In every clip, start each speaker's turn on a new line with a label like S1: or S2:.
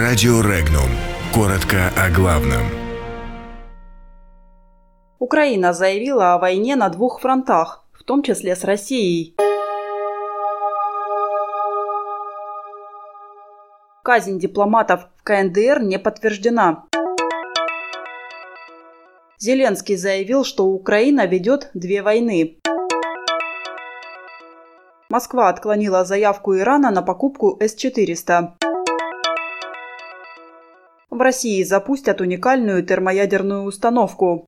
S1: Радио Регнум. Коротко о главном.
S2: Украина заявила о войне на 2 фронтах, в том числе с Россией. Казнь дипломатов в КНДР не подтверждена. Зеленский заявил, что Украина ведет 2 войны. Москва отклонила заявку Ирана на покупку С-400. В России запустят уникальную термоядерную установку.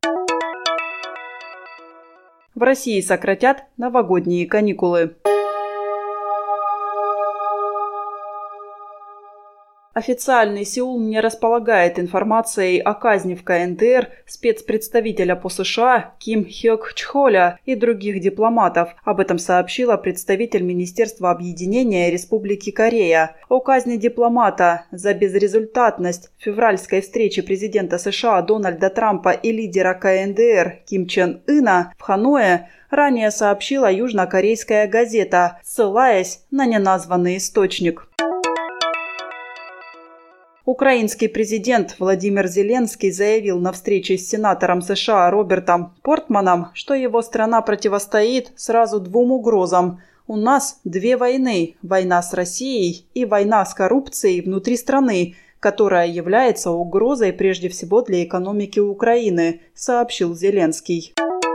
S2: В России сократят новогодние каникулы. Официальный Сеул не располагает информацией о казни в КНДР спецпредставителя по США Ким Хёк Чхоля и других дипломатов. Об этом сообщила представитель Министерства объединения Республики Корея. О казни дипломата за безрезультатность февральской встречи президента США Дональда Трампа и лидера КНДР Ким Чен Ына в Ханое ранее сообщила южнокорейская газета, ссылаясь на неназванный источник. Украинский президент Владимир Зеленский заявил на встрече с сенатором США Робертом Портманом, что его страна противостоит сразу 2 угрозам. У нас 2 войны – война с Россией и война с коррупцией внутри страны, которая является угрозой прежде всего для экономики Украины, сообщил Зеленский.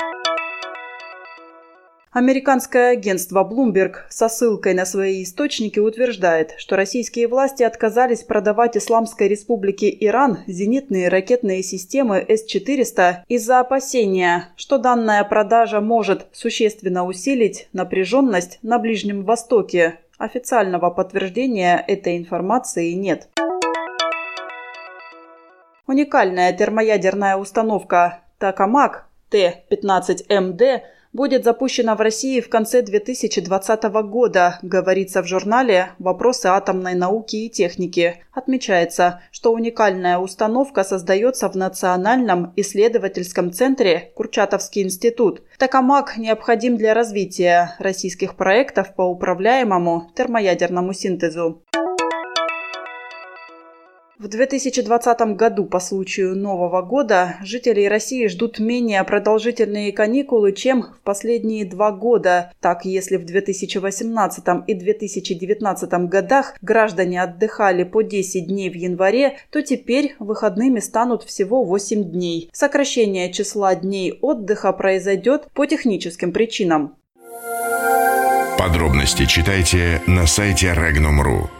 S2: Американское агентство Bloomberg со ссылкой на свои источники утверждает, что российские власти отказались продавать Исламской Республике Иран зенитные ракетные системы С-400 из-за опасения, что данная продажа может существенно усилить напряженность на Ближнем Востоке. Официального подтверждения этой информации нет. Уникальная термоядерная установка «Токамак» Т-15МД будет запущена в России в конце 2020 года, говорится в журнале «Вопросы атомной науки и техники». Отмечается, что уникальная установка создается в Национальном исследовательском центре Курчатовский институт. Токамак необходим для развития российских проектов по управляемому термоядерному синтезу. В 2020 году по случаю Нового года жителей России ждут менее продолжительные каникулы, чем в последние 2 года. Так, если в 2018 и 2019 годах граждане отдыхали по 10 дней в январе, то теперь выходными станут всего 8 дней. Сокращение числа дней отдыха произойдет по техническим причинам.
S1: Подробности читайте на сайте Regnum.ru.